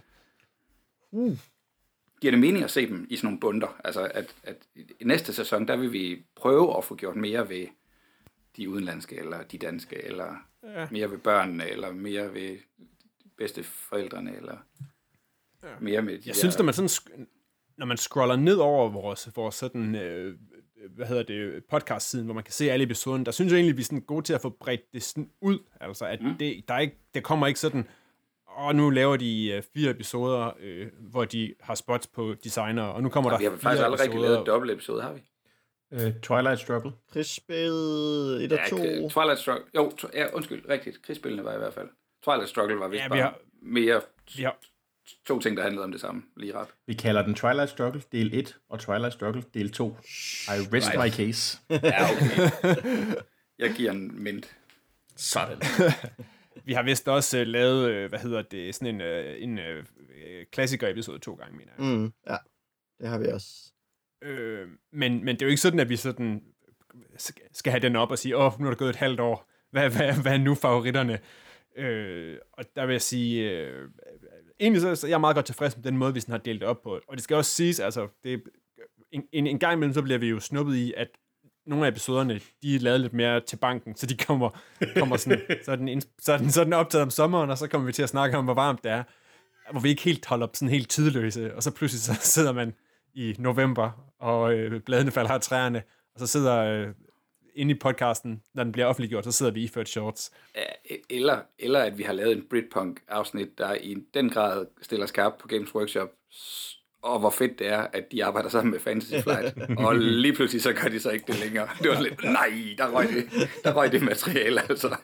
Giver det mening at se dem i sådan nogle bunder? Altså, at i næste sæson, der vil vi prøve at få gjort mere ved de udenlandske, eller de danske, eller mere ved børnene, eller mere ved bedsteforældrene, eller mere med de Jeg synes, når man scroller ned over vores sådan, podcast-siden, hvor man kan se alle episoden, der synes jeg egentlig, vi er sådan gode til at få bredt det sådan ud. Altså, at der kommer ikke sådan, nu laver de 4 episoder, hvor de har spots på designer, og nu kommer der 4 episoder. Vi har faktisk aldrig rigtig lavet dobbelt episode, har vi? Twilight Struggle. Krigsspil 1 og 2. Twilight Struggle. Jo, undskyld, rigtigt. Krigsspillene var i hvert fald. Twilight Struggle var vist bare mere 2 ting, der handlede om det samme, lige ret. Vi kalder den Twilight Struggle del 1 og Twilight Struggle del 2. I rest my case. Ja, okay. Jeg giver en mint. Sådan. Vi har vist også lavet, sådan en klassiker-episode 2 gange, mener jeg. Ja, det har vi også. Men det er jo ikke sådan, at vi sådan skal have den op og sige, nu er der gået et halvt år. Hvad er nu favoritterne? Og der vil jeg sige, egentlig så jeg er meget godt tilfreds med den måde, vi sådan har delt det op på. Og det skal også siges, altså, en gang imellem, så bliver vi jo snuppet i, at nogle af episoderne, de er lavet lidt mere til banken, så de kommer sådan optaget om sommeren, og så kommer vi til at snakke om, hvor varmt det er, hvor vi ikke helt holder op sådan helt tidløse, og så pludselig så sidder man i november, og bladene falder af træerne, og så sidder inde i podcasten, når den bliver offentliggjort, så sidder vi i ført shorts. Eller at vi har lavet en Britpunk-afsnit, der i den grad stiller skarpt på Games Workshop, og hvor fedt det er, at de arbejder sammen med Fantasy Flight, og lige pludselig så gør de så ikke det længere. Det var lidt, nej, der røg det materiale, altså.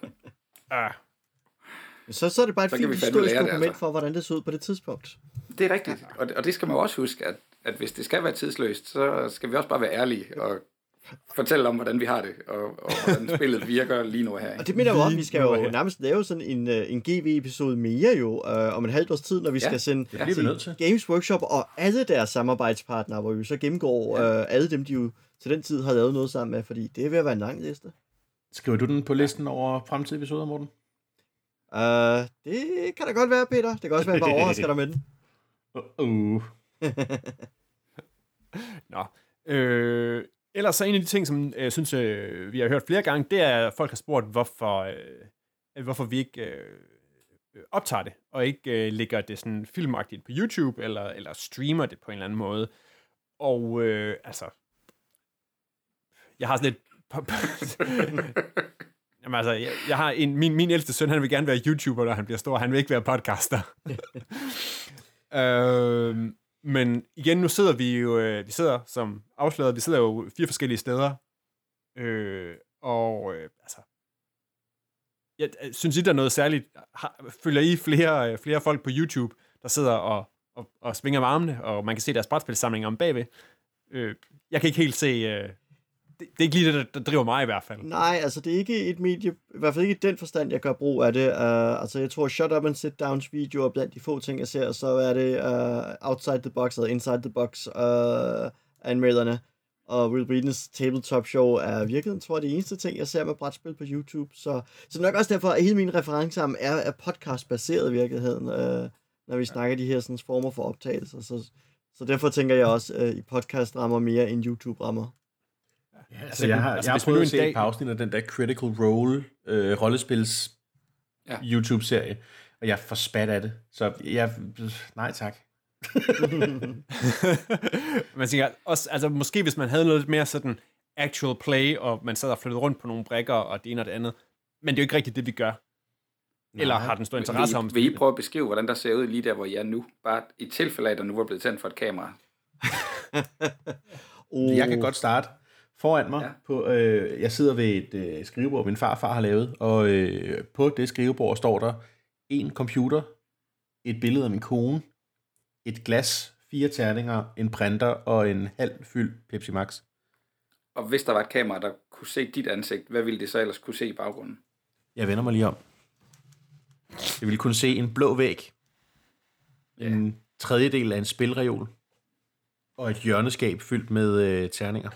Så er det bare et fint historisk dokument for, hvordan det så ud på det tidspunkt. Det er rigtigt, og det skal man også huske, at hvis det skal være tidsløst, så skal vi også bare være ærlige og fortælle om, hvordan vi har det, og hvordan spillet virker lige nu her. Og det mener jeg også, vi skal jo nærmest lave sådan en GV-episode mere jo, om en halvt års tid, når vi skal sende til Games Workshop og alle deres samarbejdspartnere, hvor vi så gennemgår alle dem, de jo til den tid har lavet noget sammen med, fordi det er ved at være en lang liste. Skriver du den på listen over fremtidige episoder, Morten? Det kan da godt være, Peter. Det kan også være, at jeg bare overrasker dig med den. Nå. Ellers så en af de ting, som jeg synes, vi har hørt flere gange, det er, at folk har spurgt, hvorfor vi ikke optager det, og ikke lægger det sådan filmagtigt på YouTube, eller streamer det på en eller anden måde. Og altså, jeg har sådan lidt... Jamen altså, jeg har min ældste søn, han vil gerne være YouTuber, når han bliver stor, han vil ikke være podcaster. Men igen, nu sidder vi jo, som afsløret, vi sidder jo 4 forskellige steder, altså, jeg synes ikke, der er noget særligt. Følger I flere folk på YouTube, der sidder og svinger med armene, og man kan se deres brætspilsamlinger om bagved? Jeg kan ikke helt se... Det er ikke lige det, der driver mig i hvert fald. Nej, altså det er ikke et medie, i hvert fald ikke i den forstand, jeg gør brug af det. Altså jeg tror, Shut Up and Sit Downs videoer blandt de få ting, jeg ser, så er det Outside the Box eller Inside the Box anmelderne. Og Will Breedens Tabletop Show er virkelig, tror jeg, det eneste ting, jeg ser med brætspil på YouTube. Så nok også derfor, at hele min reference er podcast-baseret i virkeligheden, når vi snakker de her sådan, former for optagelser. Så derfor tænker jeg også, i podcast-rammer mere end YouTube-rammer. Ja, altså, jeg har prøvet at se et par afsnit af den der Critical Role rollespils YouTube-serie, Og jeg er for spat af det. Så nej tak. Man tænker også, altså måske hvis man havde noget lidt mere sådan actual play, og man sad og flyttede rundt på nogle brækker, og det ene og det andet. Men det er jo ikke rigtigt det, vi gør. Eller har den stor interesse om. Vil I prøve at beskrive, hvordan der ser ud lige der, hvor I er nu? Bare i tilfælde af, at der nu var blevet tændt for et kamera. Jeg kan godt starte. Foran mig, jeg sidder ved et skrivebord, min farfar har lavet, og på det skrivebord står der en computer, et billede af min kone, et glas, 4 terninger, en printer og en halv fyldt Pepsi Max. Og hvis der var et kamera, der kunne se dit ansigt, hvad ville det så ellers kunne se i baggrunden? Jeg vender mig lige om. Jeg ville kunne se en blå væg, en tredjedel af en spilreol, og et hjørneskab fyldt med terninger.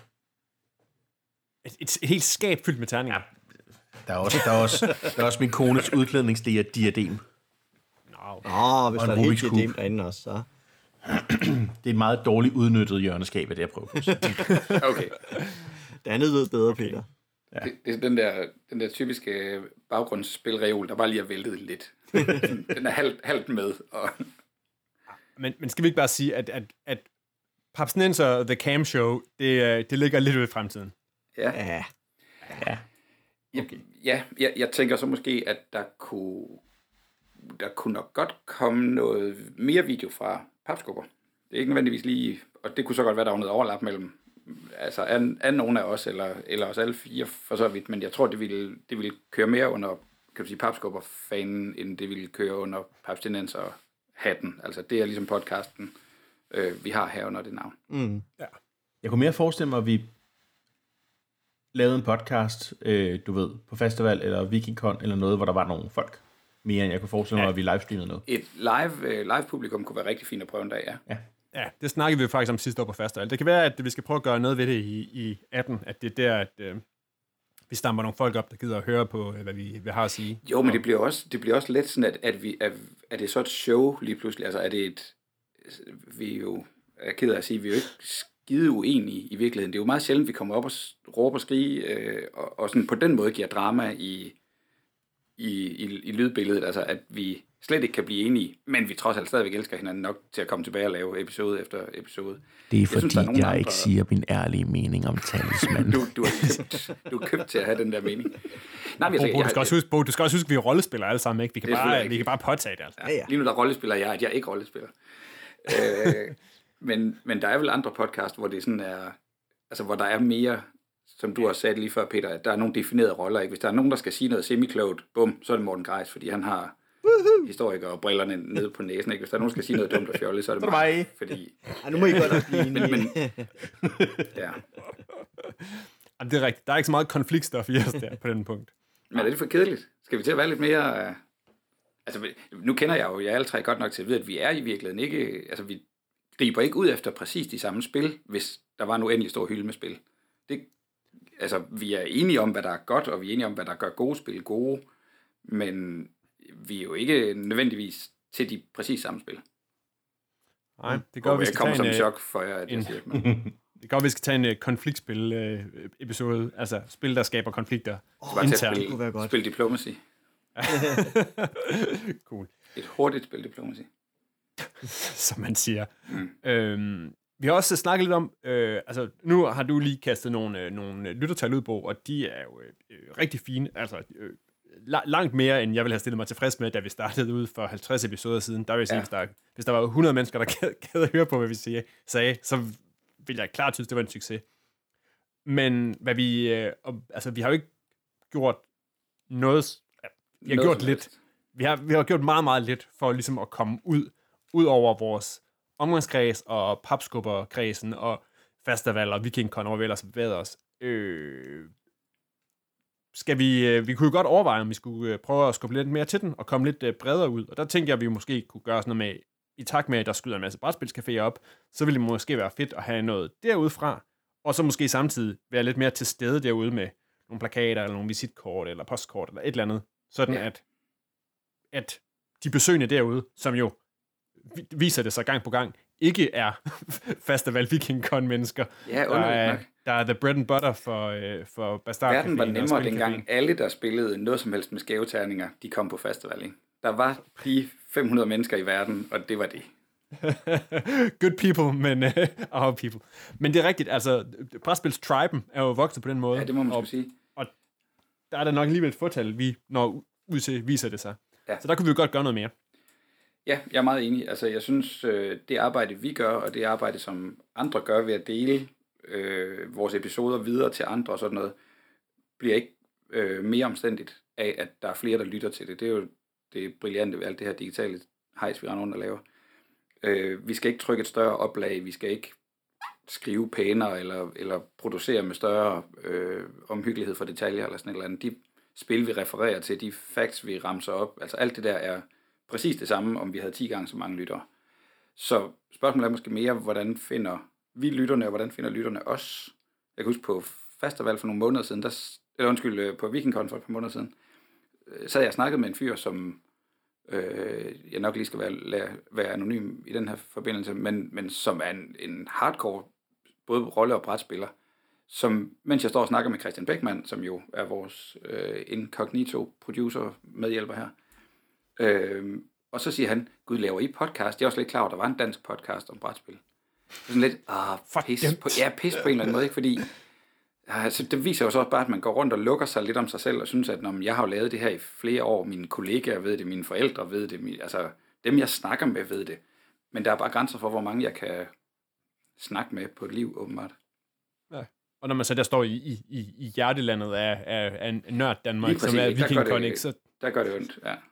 Et helt skab fyldt med terninger? Ja. Der er også min kones udklædningsdiadem. Hvis der er et helt diadem derinde også, så... Det er et meget dårligt udnyttet hjørneskab, af det jeg prøver på. Okay. Det andet ved bedre, Peter. Ja. Det er den der typiske baggrundsspilreol, der bare lige er væltet lidt. Den er halvt med. Og... Men skal vi ikke bare sige, at Papsnenser The Cam Show, det ligger lidt ud i fremtiden? Ja. Okay. Jeg tænker så måske, at der kunne nok godt komme noget mere video fra papskubber. Det er ikke nødvendigvis lige, og det kunne så godt være, der var noget overlap mellem altså af nogen af os, eller os alle 4 for så vidt, men jeg tror, det ville køre mere under, kan du sige, papskubber-fanen, end det ville køre under Papstinenser-hatten. Altså det er ligesom podcasten, vi har her under det navn. Mm. Ja. Jeg kunne mere forestille mig, at vi lavede en podcast, du ved, på festival eller VikingCon eller noget, hvor der var nogle folk. Mere end jeg kunne forestille mig, at vi livestreamede noget. Et live publikum kunne være rigtig fint at prøve en dag, ja. Ja, det snakkede vi jo faktisk om sidste år på festival. Det kan være, at vi skal prøve at gøre noget ved det i 18, at det er der, at vi stamper nogle folk op, der gider at høre på, hvad vi har at sige. Jo, men det bliver også let sådan, at det er så et show lige pludselig. Altså, er det et... Vi er jo... Jeg er ked af at sige, vi er jo ikke skide uenige i virkeligheden. Det er jo meget sjældent, vi kommer op og råber og skrige, og sådan på den måde giver drama i lydbilledet. Altså, at vi slet ikke kan blive enige, men vi trods alt stadigvæk elsker hinanden nok til at komme tilbage og lave episode efter episode. Det er fordi, jeg ikke siger min ærlige mening om talisman. du er købt til at have den der mening. Nej, men du skal også huske, at vi er rollespillere alle sammen, ikke? Vi kan bare påtage det. Altså. Ja. Lige nu der rollespiller jeg, at jeg ikke rollespiller. Men der er vel andre podcast, hvor det sådan er, altså hvor der er mere, som du har sagt lige før, Peter, at der er nogle definerede roller, ikke? Hvis der er nogen, der skal sige noget semiklogt, bum, så er det Morten Greis, fordi han har historiker og brillerne nede på næsen, ikke? Hvis der er nogen, der skal sige noget dumt og fjollet, så er det mig, fordi... Ja, nu må I godt nok blive enige. Ja. Jamen, det er rigtigt. Der er ikke så meget konfliktstof i os der på den punkt. Men er det for kedeligt? Skal vi til at være lidt mere... Altså, nu kender jeg jo jer alle 3 godt nok til at vide, at vi er i virkeligheden ikke... Altså, vi griber ikke ud efter præcis de samme spil, hvis der var en uendelig stor hylde med spil. Altså, vi er enige om, hvad der er godt, og vi er enige om, hvad der gør gode spil gode, men vi er jo ikke nødvendigvis til de præcis samme spil. Nej, det går, vi skal komme som en chok for jer, at jeg siger det. Det går, vi skal tage en konfliktspil-episode, altså spil, der skaber konflikter internt. Spil Diplomacy. Cool. Et hurtigt spil Diplomacy. Som man siger. Vi har også snakket lidt om, altså nu har du lige kastet nogle lyttertal ud på, og de er jo rigtig fine, altså langt mere, end jeg ville have stillet mig tilfreds med, da vi startede ud for 50 episoder siden. Der vil jeg sige, hvis der var 100 mennesker, der gad at høre på, hvad vi sagde, så ville jeg klart synes, det var en succes. Men hvad vi har jo ikke gjort noget, vi har gjort lidt. Vi har gjort meget, meget lidt for ligesom at komme ud over vores omgangskreds og papskubberkredsen og festival og VikingCon, hvor vi ellers bevæger os. Vi kunne jo godt overveje, om vi skulle prøve at skubbe lidt mere til den og komme lidt bredere ud. Og der tænkte jeg, at vi måske kunne gøre sådan noget med, i takt med, at der skyder en masse brætspilscaféer op, så ville det måske være fedt at have noget derudefra, og så måske samtidig være lidt mere til stede derude med nogle plakater, eller nogle visitkort, eller postkort, eller et eller andet. Sådan at de besøgende derude, som jo viser det sig gang på gang, ikke er festival VikingCon-mennesker. Ja, der er the bread and butter for Bastard. Verden var nemmere dengang alle, der spillede noget som helst med skæveterninger, de kom på festival, ikke? der var de 500 mennesker i verden, og det var det. Good people, men our people. Men det er rigtigt, altså, brætspils-triben er jo vokset på den måde. Ja, det må man sige. Og der er der nok alligevel et fortal, vi når ud til, viser det sig. Ja. Så der kunne vi jo godt gøre noget mere. Ja, jeg er meget enig. Altså, jeg synes, det arbejde, vi gør, og det arbejde, som andre gør ved at dele vores episoder videre til andre og sådan noget, bliver ikke mere omstændigt af, at der er flere, der lytter til det. Det er jo det brillante ved alt det her digitale hejs, vi render rundt og laver. Vi skal ikke trykke et større oplag, vi skal ikke skrive pænere, eller producere med større omhyggelighed for detaljer, eller sådan et eller andet. De spil, vi refererer til, de facts, vi ramser op, altså alt det der er præcis det samme, om vi havde 10 gange så mange lyttere. Så spørgsmålet er måske mere, hvordan finder vi lytterne, og hvordan finder lytterne os? Jeg kan huske på Fastervalg for nogle måneder siden, på WikingCon for et par måneder siden, så havde jeg snakket med en fyr, som jeg nok lige skal være anonym i den her forbindelse, men som er en hardcore, både rolle- og brætspiller, som, mens jeg står og snakker med Christian Beckmann, som jo er vores incognito producer medhjælper her, og så siger han, gud, laver I podcast? Jeg er også lidt klar over, at der var en dansk podcast om brætspil. Sådan lidt, pis på en eller anden måde, ikke? Fordi altså, det viser jo så også bare, at man går rundt og lukker sig lidt om sig selv, og synes, at jeg har jo lavet det her i flere år, mine kollegaer ved det, mine forældre ved det, altså dem, jeg snakker med, ved det. Men der er bare grænser for, hvor mange jeg kan snakke med på et liv, åbenbart. Ja. Og når man så der står i hjertelandet af en nørd Danmark, som er WikingCon, så... Der gør det ondt, ja.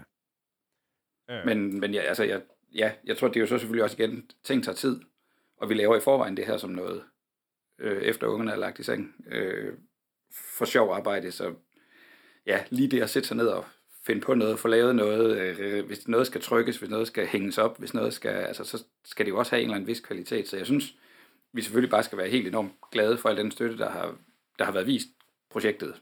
Men jeg tror, det er jo så selvfølgelig også igen, ting tager tid, og vi laver i forvejen det her som noget, efter ungerne er lagt i seng, for sjov arbejde, så ja, lige det at sætte sig ned og finde på noget, få lavet noget, hvis noget skal trykkes, hvis noget skal hænges op, hvis noget skal, altså så skal det jo også have en eller anden vis kvalitet, så jeg synes, vi selvfølgelig bare skal være helt enormt glade for al den støtte, der har været vist projektet,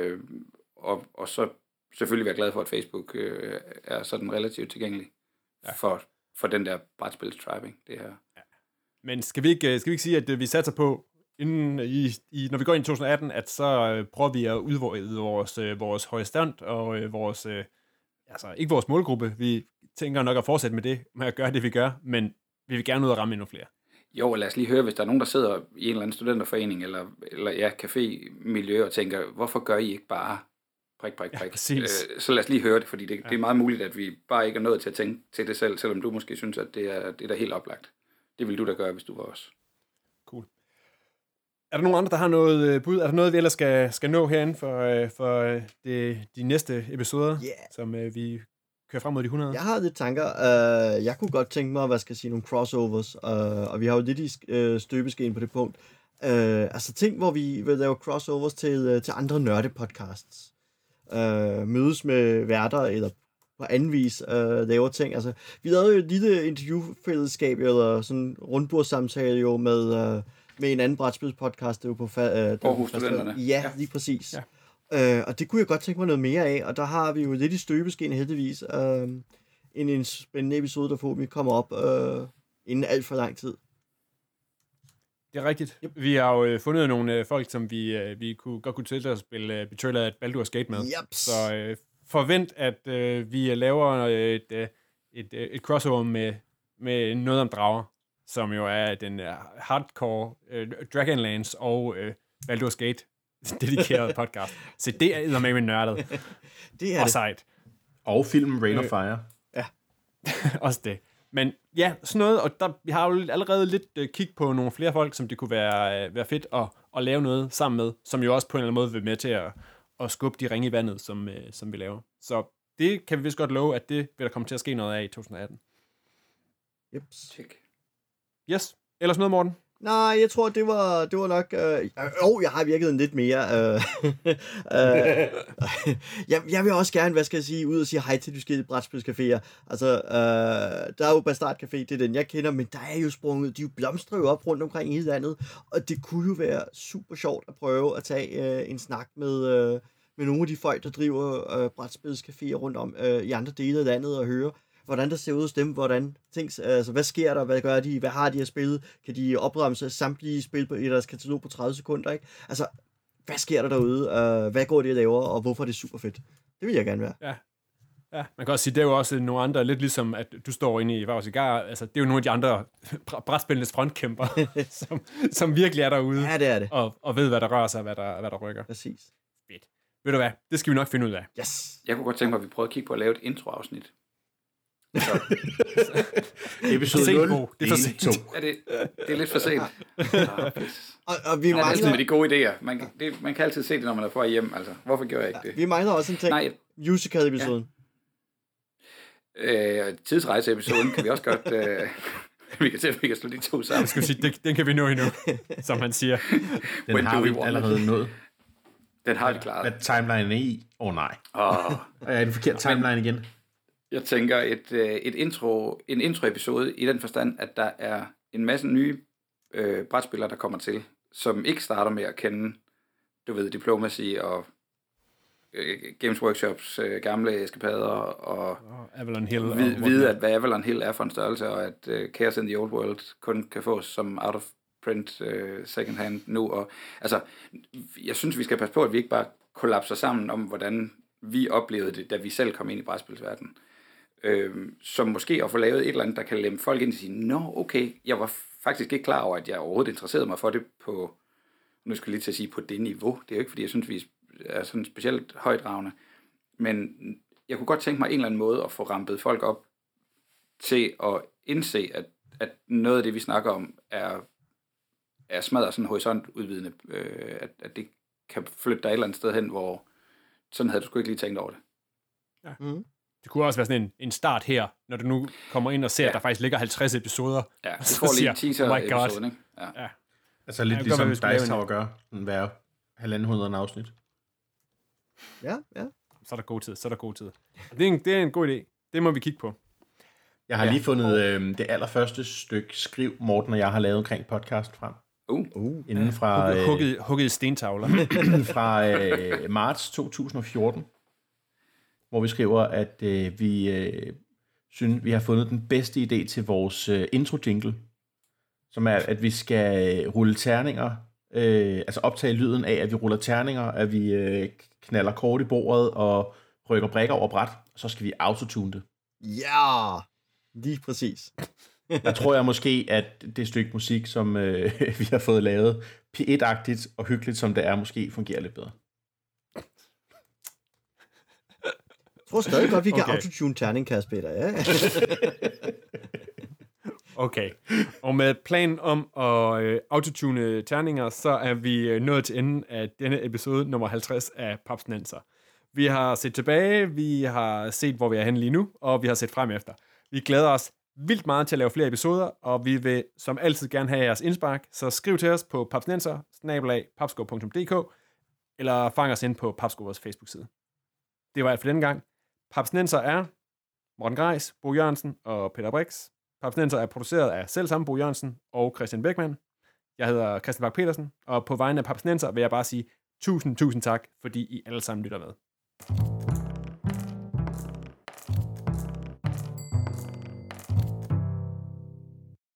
og så selvfølgelig være glad for, at Facebook er sådan relativt tilgængelig for den der brætspils-tribing, det her. Ja. Men skal vi ikke sige, at vi satser på, inden når vi går ind i 2018, at så prøver vi at udvide vores horisont og vores, altså ikke vores målgruppe. Vi tænker nok at fortsætte med at gøre det, vi gør, men vi vil gerne ud og ramme endnu flere. Jo, lad os lige høre, hvis der er nogen, der sidder i en eller anden studenterforening eller café-miljø og tænker, hvorfor gør I ikke bare prik. Så lad os lige høre det, fordi det er meget muligt, at vi bare ikke er nået til at tænke til det selv, selvom du måske synes, at det er da helt oplagt. Det vil du da gøre, hvis du var os. Cool. Er der nogen andre, der har noget bud? Er der noget, vi ellers skal nå herinde for de næste episoder, som vi kører frem mod de 100? Jeg har lidt tanker. Jeg kunne godt tænke mig, nogle crossovers, og vi har jo lidt i støbeskeen på det punkt. Altså ting, hvor vi vil lave crossovers til andre nørdepodcasts. Mødes med værter, eller på anden vis laver ting. Altså, vi lavede jo et lille interviewfællesskab, eller sådan rundbordssamtale jo med en anden brætspilspodcast, det var på Aarhus Studenterne. Ja, lige præcis. Ja. Og det kunne jeg godt tænke mig noget mere af, og der har vi jo lidt i støbeskeen heldigvis. En spændende episode, der forhåbentlig kommer op inden alt for lang tid. Det er rigtigt. Yep. Vi har jo fundet nogle folk, som vi godt kunne til at spille Betrayal at Baldur's Gate med. Yep. Så forvent, at vi laver et crossover med noget om drager, som jo er den hardcore Dragonlance og Baldur's Gate dedikerede podcast. Så det er eddermame nørdet. Det er og sejt. Og filmen Rain of Fire. Ja. Også det. Men ja, sådan noget, og vi har jo allerede lidt kig på nogle flere folk, som det kunne være fedt at lave noget sammen med, som jo også på en eller anden måde vil med til at skubbe de ringe i vandet, som vi laver. Så det kan vi vist godt love, at det vil der komme til at ske noget af i 2018. Yep. Check. Yes. Ellers noget, Morten? Nej, jeg tror, det var nok... jeg har virket en lidt mere... jeg vil også gerne, ud og sige hej til de forskellige brætspilscaféer. Altså, der er jo Bastard Café, det er den, jeg kender, men der er jo sprunget... De jo blomstrer jo op rundt omkring i hele landet, og det kunne jo være super sjovt at prøve at tage en snak med nogle af de folk, der driver brætspilscaféer rundt om i andre dele af landet, og høre, hvordan der ser ud hos dem, altså hvad sker der, hvad gør de, hvad har de at spille, kan de opremse samtlige spil i deres katalog på 30 sekunder, ikke? Altså, hvad sker der derude, hvad går de at lave, og hvorfor er det super fedt? Det vil jeg gerne være. Ja. Ja, man kan også sige, det er jo også nogle andre, lidt ligesom, at du står inde i Varv Cigar, altså det er jo nogle af de andre brætspillenes frontkæmper, som virkelig er derude, Ja, det er det. og ved, hvad der rører sig, hvad der rykker. Præcis. Fedt. Ved du hvad, det skal vi nok finde ud af. Yes. Jeg kunne godt tænke mig, at vi prøvede at kigge på at lave et introafsnit. Episode Sent 0, på. Det er for sent. 2. Det er lidt for sent. Og vi Det er altid med mangler, de gode idéer. Man kan altid se det, når man er på hjem. Altså, hvorfor gjorde jeg ikke det? vi mangler også en ting. Nej, Musical-episoden. Tidsrejse-episoden kan vi også godt... vi kan slå de to sammen. Jeg skulle sige, den kan vi nå endnu, som han siger. Den When har do vi we want allerede nået. Den har vi klaret. Hvad timeline er i? Nej. Og Er jeg i den forkerte timeline igen? jeg tænker en introepisode i den forstand, at der er en masse nye brætspillere, der kommer til, som ikke starter med at kende, du ved, Diplomacy og Games Workshops gamle eskapader og Avalon Hill. vide, at hvad Avalon Hill er for en størrelse, og at Chaos in the Old World kun kan fås som out of print second hand nu. Og, altså, jeg synes, vi skal passe på, at vi ikke bare kollapser sammen om, hvordan vi oplevede det, da vi selv kom ind i brætspilsverdenen. Som måske at få lavet et eller andet, der kan lempe folk ind og sige, nå, okay, jeg var faktisk ikke klar over, at jeg overhovedet interesserede mig for det på, nu skal jeg lige til at sige, på det niveau. Det er jo ikke, fordi jeg synes, vi er sådan specielt højdragende, men jeg kunne godt tænke mig en eller anden måde at få rampet folk op til at indse, at noget af det, vi snakker om, er smadret sådan horisontudvidende, at det kan flytte dig et eller andet sted hen, hvor sådan havde du sgu ikke lige tænkt over det. Ja. Det kunne også være sådan en start her, når du nu kommer ind og ser, at der faktisk ligger 50 episoder. Ja, og det så får lige siger, en teaser-episode, ikke? Ja. Altså lidt Ja, det ligesom kan godt være, vi Dice skulle Tower gør. Den hver 1.500 afsnit. Ja. Så er der god tid. Og det er en god idé. Det må vi kigge på. Jeg har lige fundet det allerførste stykke skriv, Morten og jeg har lavet omkring podcast frem. Inden fra, Hugget stentavler. fra marts 2014, hvor vi skriver, at vi synes, vi har fundet den bedste idé til vores intro-jingle, som er, at vi skal rulle terninger, altså optage lyden af, at vi ruller terninger, at vi knaller kort i bordet og rykker brikker over bræt, og så skal vi autotune det. Ja, lige præcis. Der tror jeg måske, at det stykke musik, som vi har fået lavet, P1-agtigt og hyggeligt som det er, måske fungerer lidt bedre. Jeg tror stadig godt, vi kan autotune terningkast, Peter. Ja. Okay. Og med planen om at autotune terninger, så er vi nået til enden af denne episode nummer 50 af Papsnenser. Vi har set tilbage, vi har set, hvor vi er henne lige nu, og vi har set frem efter. Vi glæder os vildt meget til at lave flere episoder, og vi vil som altid gerne have jeres indspark, så skriv til os på papsnenser@papsko.dk eller fang os ind på Papskos Facebook-side. Det var alt for denne gang. Papsnenser er Morten Greis, Bo Jørgensen og Peter Brix. Papsnenser er produceret af selv samme Bo Jørgensen og Christian Beckmann. Jeg hedder Christian Bak petersen, og på vegne af Papsnenser vil jeg bare sige tusind tak, fordi I alle sammen lytter med.